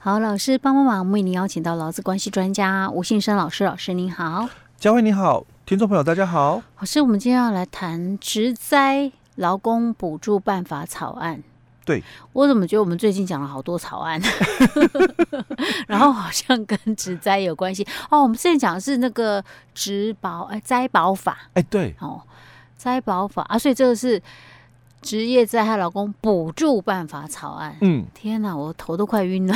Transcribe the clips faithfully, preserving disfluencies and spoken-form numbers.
好，老师帮帮忙，为您邀请到劳资关系专家吴信生老师，老师您好。 佳慧你好，听众朋友大家好。 老师，我们今天要来谈职灾劳工补助办法草案。 对， 我怎么觉得我们最近讲了好多草案，然后好像跟职灾有关系哦。我们之前讲的是那个职保哎灾保法， 哎对哦，灾保法啊，所以这个是职业灾害劳工补助办法草案。嗯，天哪，我头都快晕了。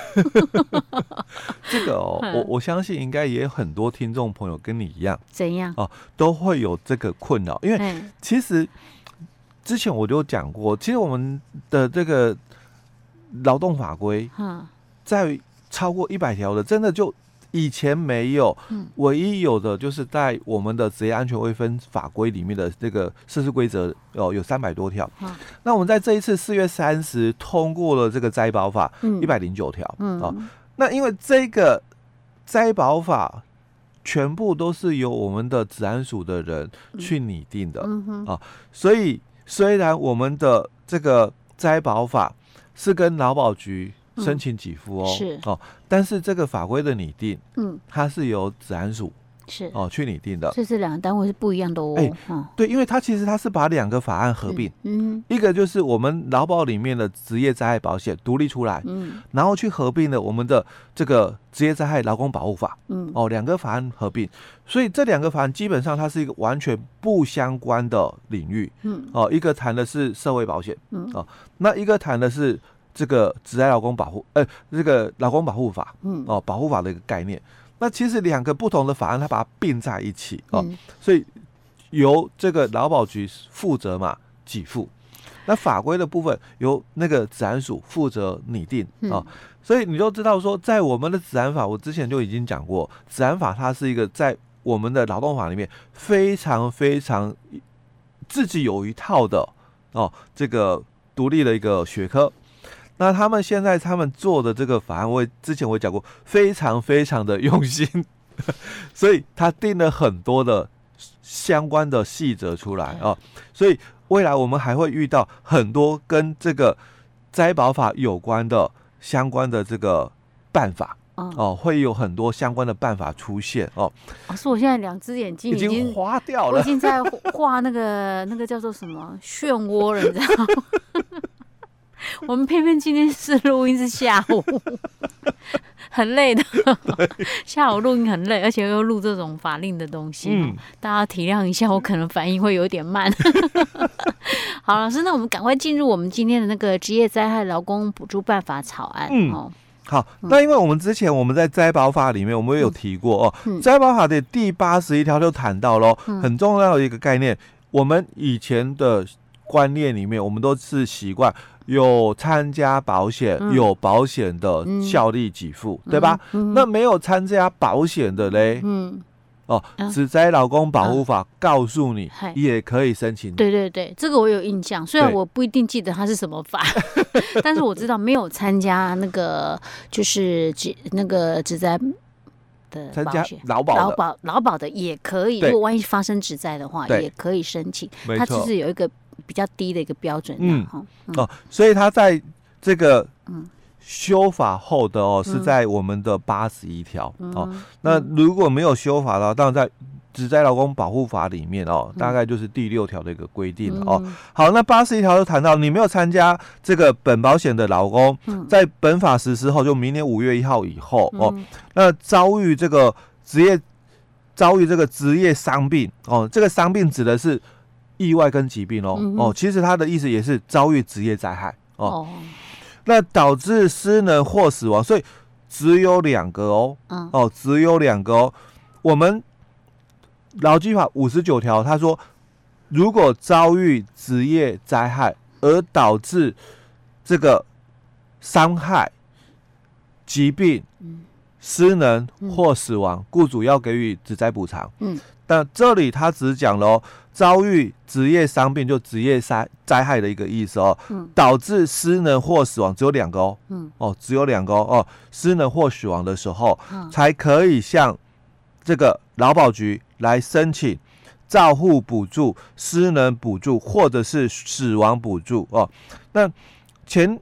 这个哦，我我相信应该也有很多听众朋友跟你一样， 怎样哦，都会有这个困扰，因为其实之前我就讲过，其实我们的这个劳动法规，在超过一百条的，真的就以前没有，嗯、唯一有的就是在我们的职业安全卫生法规里面的这个设施规则哦，有三百多条。嗯、那我们在这一次四月三十通过了这个灾保法一百零九条，嗯哦，那因为这个灾保法全部都是由我们的职安署的人去拟定的，嗯嗯哦、所以虽然我们的这个灾保法是跟劳保局申请给付哦，嗯、是哦，但是这个法规的拟定，嗯，它是由职安署是哦去拟定的， 这是两个单位是不一样的哦。哎、欸， 嗯、对，因为它其实它是把两个法案合并，嗯，一个就是我们劳保里面的职业灾害保险独立出来，嗯，然后去合并了我们的这个职业灾害劳工保护法，嗯，哦，两个法案合并，所以这两个法案基本上它是一个完全不相关的领域，嗯，哦，一个谈的是社会保险，嗯，哦，那一个谈的是这个职业劳工保护，呃，这个劳工保护法，嗯，哦，保护法的一个概念。那其实两个不同的法案，它把它并在一起哦，嗯、所以由这个劳保局负责嘛给付，那法规的部分由那个职安署负责拟定啊、哦，嗯、所以你就知道说，在我们的职安法，我之前就已经讲过，职安法它是一个在我们的劳动法里面非常非常自己有一套的哦，这个独立的一个学科。那他们现在他们做的这个法案，我之前我讲过，非常非常的用心，所以他定了很多的相关的细则出来啊、哦，所以未来我们还会遇到很多跟这个灾保法有关的相关的这个办法。哦，会有很多相关的办法出现哦。 老师，我现在两只眼睛已经花掉了， 我已经在画那个那个叫做什么漩涡了，你知道吗？我们偏偏今天是录音是下午，很累的。下午录音很累，而且又录这种法令的东西，嗯、大家体谅一下，我可能反应会有点慢。好，老师，那我们赶快进入我们今天的那个职业灾害劳工补助办法草案。嗯，哦、 好，那因为我们之前我们在灾保法里面，我们有提过哦，嗯、灾保法的第八十一条就谈到了、嗯、很重要的一个概念，我们以前的观念里面，我们都是习惯有参加保险、嗯、有保险的效力给付，嗯、对吧？嗯、那没有参加保险的嘞，嗯，哦，职灾劳工保护法告诉你、啊、也可以申请。 对对对，这个我有印象，虽然我不一定记得它是什么法，但是我知道没有参加那个就是那个职灾的保险， 劳保劳保劳保的也可以，如果万一发生职灾的话，也可以申请。它其实有一个比较低的一个标准，嗯嗯、 哦，所以他在这个修法后的哦，嗯、是在我们的八十一条哦。嗯、那如果没有修法的话，当然在职灾劳工保护法里面哦，嗯、大概就是第六条的一个规定了哦。嗯、好，那八十一条就谈到你没有参加这个本保险的劳工，嗯、在本法实施后，就明年五月一号以后哦，嗯、那遭遇这个职业遭遇这个职业伤病哦，这个伤病指的是意外跟疾病哦、嗯、哦，其实它的意思也是遭遇职业灾害 哦, 哦，那导致失能或死亡，所以只有两个哦，嗯、哦，只有两个哦。我们劳基法五十九条，他说，如果遭遇职业灾害而导致这个伤害、疾病、嗯、失能或死亡，雇主要给予职灾补偿。嗯，但这里他只讲了哦。遭遇职业伤病就职业灾害的一个意思哦，嗯、导致失能或死亡只有两个哦，嗯、哦只有两个 哦, 哦，失能或死亡的时候，嗯、才可以向这个劳保局来申请照护补助、失能补助或者是死亡补助哦。那前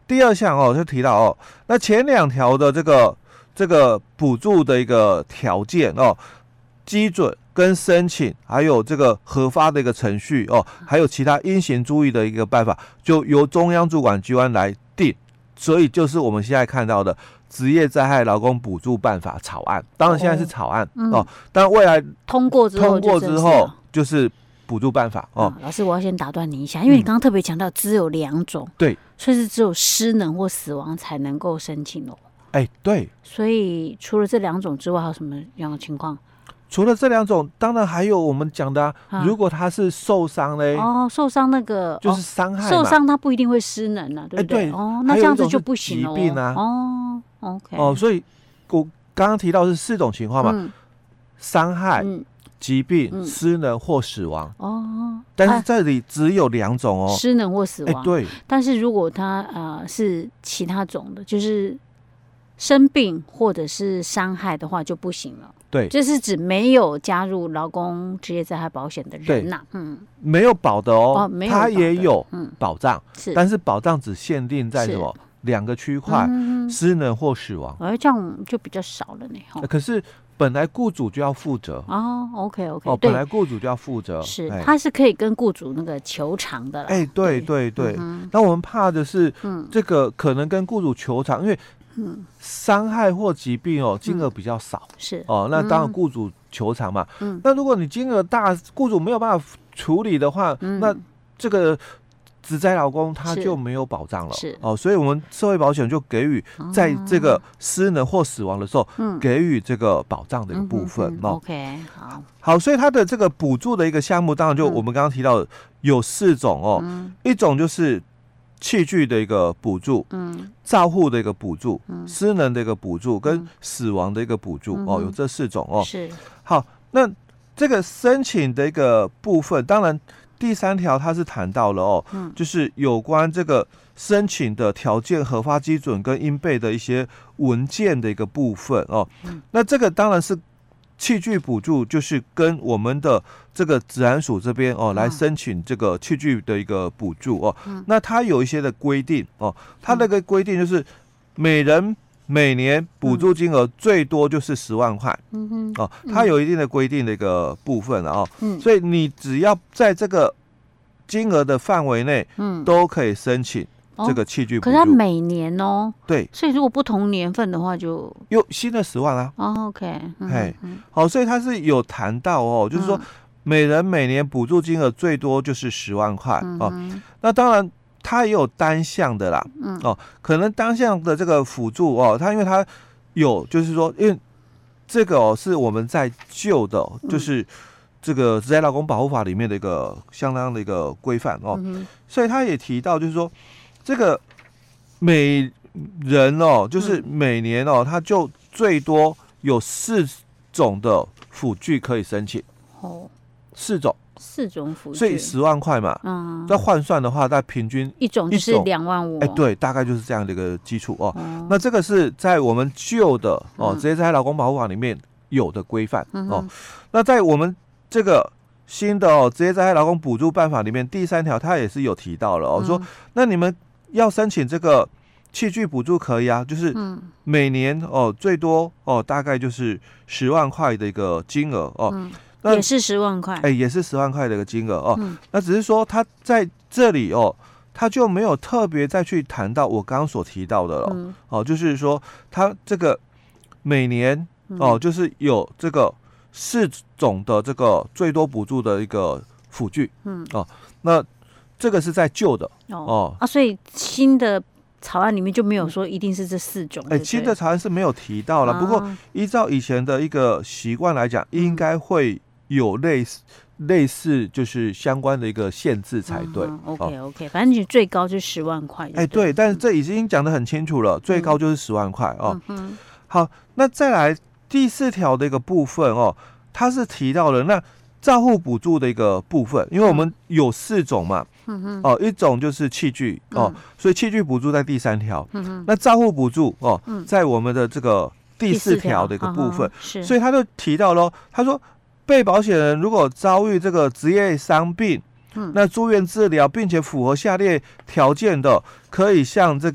第二项哦，就提到哦，那前两条的这个这个补助的一个条件哦，基准跟申请，还有这个核发的一个程序哦，还有其他应行注意的一个办法，就由中央主管机关来定。所以就是我们现在看到的职业灾害劳工补助办法草案，当然现在是草案、哦嗯、哦，但未来通过之后通过之后就是补助办法哦、 啊。老师，我要先打断你一下，因为你刚刚特别强调只有两种， 对、嗯， 所以是只有失能或死亡才能够申请哦。 哎，对。 所以除了这两种之外，还有什么样的情况？ 除了这两种，当然还有我们讲的、啊啊，如果他是受伤嘞， 哦，受伤那个就是伤害嘛， 受伤他不一定会失能啊，对不对？ 欸、对哦，那这样子就不行了、哦。 疾病啊， 哦 ，OK， 哦，所以我刚刚提到是四种情况嘛，嗯、伤害、嗯、疾病、嗯、失能或死亡。哦，但是这里只有两种哦， 失能或死亡。 欸、对， 但是如果他呃是其他种的，就是生病或者是伤害的话就不行了。 对， 这是指没有加入劳工职业灾害保险的人呐、啊，嗯， 没有保的哦， 哦没有他也有保障， 嗯、是， 但是保障只限定在什么两个区块、嗯，失能或死亡， 哎，这样就比较少了呢。 可是本来雇主就要负责哦 ，OK OK， 哦，本来雇主就要负责， 是，他是可以跟雇主那个求偿的啦。 哎，对对对，嗯、那我们怕的是，嗯，这个可能跟雇主求偿，因为。嗯，伤害或疾病哦，金额比较少、嗯、 是哦，那当然雇主求偿嘛。嗯，那如果你金额大，雇主没有办法处理的话，嗯、那这个职灾劳工他就没有保障了。 是哦，所以我们社会保险就给予在这个失能或死亡的时候，嗯、给予这个保障的一个部分。 嗯、哦 ，OK， 好， 好，所以它的这个补助的一个项目，当然就我们刚刚提到的有四种哦，嗯、一种就是器具的一个补助，嗯，照护的一个补助，嗯，失能的一个补助，跟死亡的一个补助、嗯、哦，有这四种哦。 是。 好，那这个申请的一个部分，当然第三条它是谈到了哦，嗯，就是有关这个申请的条件、核发基准跟应备的一些文件的一个部分哦。嗯，那这个当然是。器具补助就是跟我们的这个治安署这边哦来申请这个器具的一个补助哦，嗯、那它有一些的规定哦，它那个规定就是每人每年补助金额最多就是十万块，嗯哼，哦，它有一定的规定的一个部分了哦，嗯，所以你只要在这个金额的范围内，嗯，都可以申请。这个器具补助， 可是它每年哦， 对， 所以如果不同年份的话就，就有新的十万啊。 哦 ，OK， 嘿、嗯，好，所以它是有谈到哦，就是说每人每年补助金额最多就是十万块、嗯、哦。那当然它也有单项的啦，嗯哦，可能单项的这个辅助哦，它因为它有就是说，因为这个哦是我们在旧的、哦，就是这个职业劳工保护法里面的一个相当的一个规范哦、嗯，所以他也提到就是说。这个每人哦，就是每年哦，他就最多有四种的辅具可以申请。哦，四种， 四种辅具， 所以十万块嘛。嗯，那换算的话，大概平均一种就是两万五。 哎，对，大概就是这样的一个基础哦。哦那这个是在我们旧的哦职业灾害劳工保护法里面有的规范、嗯、哦。那在我们这个。新的哦，职业灾害劳工补助办法里面第三条，它也是有提到了哦，嗯、说那你们要申请这个器具补助可以啊，就是每年哦最多哦大概就是十万块的一个金额哦， 嗯、那也是十万块， 哎、欸，也是十万块的一个金额哦、嗯。那只是说他在这里哦，他就没有特别再去谈到我刚刚所提到的了、嗯、哦，就是说他这个每年哦，就是有这个。四种的这个最多补助的一个辅具，嗯哦，那这个是在旧的 哦, 哦啊，所以新的草案里面就没有说一定是这四种， 哎、欸，新的草案是没有提到了、啊。不过依照以前的一个习惯来讲，应该会有类似、嗯、类似就是相关的一个限制才对。嗯、 OK OK， 反正你最高就十万块。哎、 欸，对，但是这已经讲得很清楚了，嗯、最高就是十万块哦、嗯。好，那再来。第四条的一个部分哦，它是提到了那照护补助的一个部分，因为我们有四种嘛，嗯、哦，一种就是器具哦、嗯，所以器具补助在第三条，嗯、那照护补助哦、嗯，在我们的这个第四条的一个部分， 是， 所以他就提到咯，他说被保险人如果遭遇这个职业伤病，嗯，那住院治疗并且符合下列条件的，可以向这个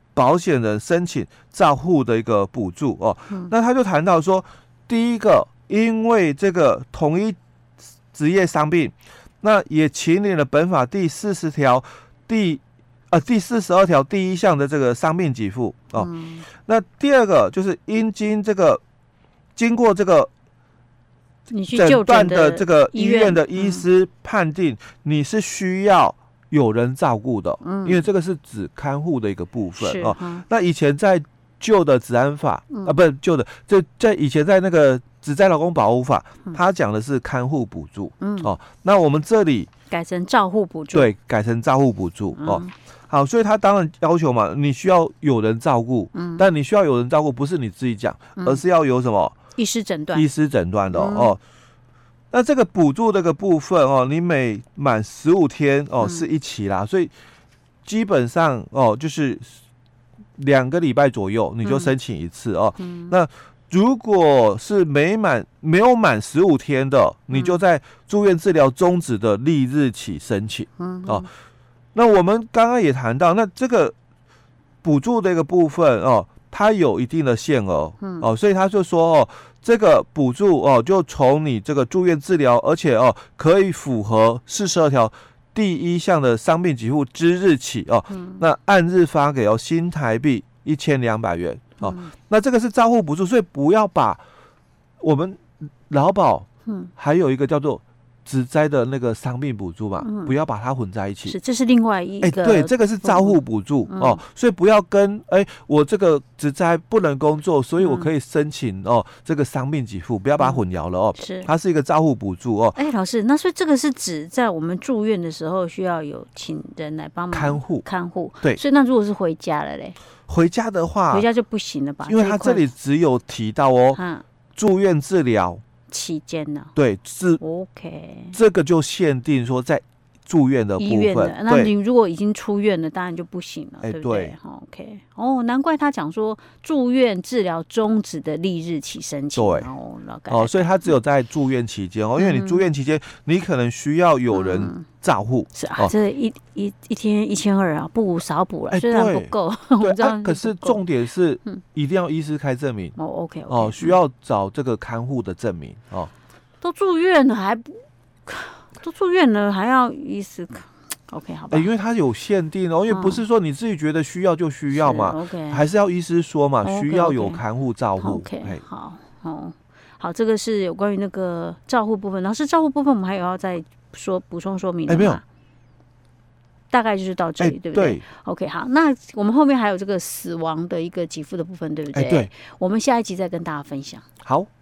保险人申请照护的一个补助哦。嗯、那他就谈到说，第一个，因为这个同一职业伤病，那也请领了本法第四十条第呃第四十二条第一项的这个伤病给付哦。嗯、那第二个就是因经这个经过这个诊断的这个医院的医师判定你是需要有人照顾的，嗯、因为这个是指看护的一个部分哦。嗯、那以前在旧的治安法、嗯、啊，不是旧的，就在以前在那个职灾劳工保护法，嗯、他讲的是看护补助，嗯、哦。那我们这里改成照护补助， 对，改成照护补助、嗯、哦。好，所以他当然要求嘛，你需要有人照顾，嗯、但你需要有人照顾，不是你自己讲，嗯、而是要有什么医师诊断， 医师诊断的 哦,、嗯、哦。那这个补助这个部分哦，你每满十五天哦、嗯、是一期啦，所以基本上哦就是两个礼拜左右你就申请一次哦。嗯、那如果是没满没有满十五天的，你就在住院治疗终止的翌日起申请。嗯、哦，那我们刚刚也谈到，那这个补助的一个部分哦，它有一定的限额，嗯、哦，所以他就说哦。这个补助哦，就从你这个住院治疗，而且哦可以符合四十二条第一项的伤病给付之日起哦，嗯、那按日发给哦新台币一千两百元哦，嗯、那这个是照护补助，所以不要把我们劳保，嗯，还有一个叫做职灾的那个伤病补助嘛，嗯、不要把它混在一起。 是，这是另外一个。哎， 对，这个是照护补助、嗯、哦，所以不要跟哎，我这个职灾不能工作，所以我可以申请、嗯、哦这个伤病给付，不要把它混淆了哦。是，它是一个照护补助哦。 哎，老师，那所以这个是指在我们住院的时候需要有请人来帮忙看护， 看护。 对， 所以那如果是回家了嘞？ 回家的话， 回家就不行了吧？ 因为他这里只有提到哦，嗯、住院治疗。 期间呢？ 对，是 OK， 这个就限定说在住院的部分。医院的， 那你如果已经出院了，当然就不行了，对不对？对 OK， 哦，难怪他讲说住院治疗终止的翌日起申请。 对，哦，哦，所以他只有在住院期间哦，因为你住院期间，你可能需要有人照护。 是啊，这一一一天一千二啊，不无少补了，虽然不够，我知道。 可是重点是一定要医师开证明。 哦 ，OK， 哦，需要找这个看护的证明哦。 都住院了还不？都住院了还要医师？OK， 好吧、 欸。因为它有限定哦，因为不是说你自己觉得需要就需要嘛，嗯、OK， 还是要医师说嘛， okay, 需要有看护照护。 OK， 好，哦，好，这个是有关于那个照护部分。然后是照护部分，我们还有要再说补充说明的吗？欸、没有，大概就是到这里，欸、对不对？对 ？OK， 好，那我们后面还有这个死亡的一个给付的部分，对不对？欸、对，我们下一集再跟大家分享。 好。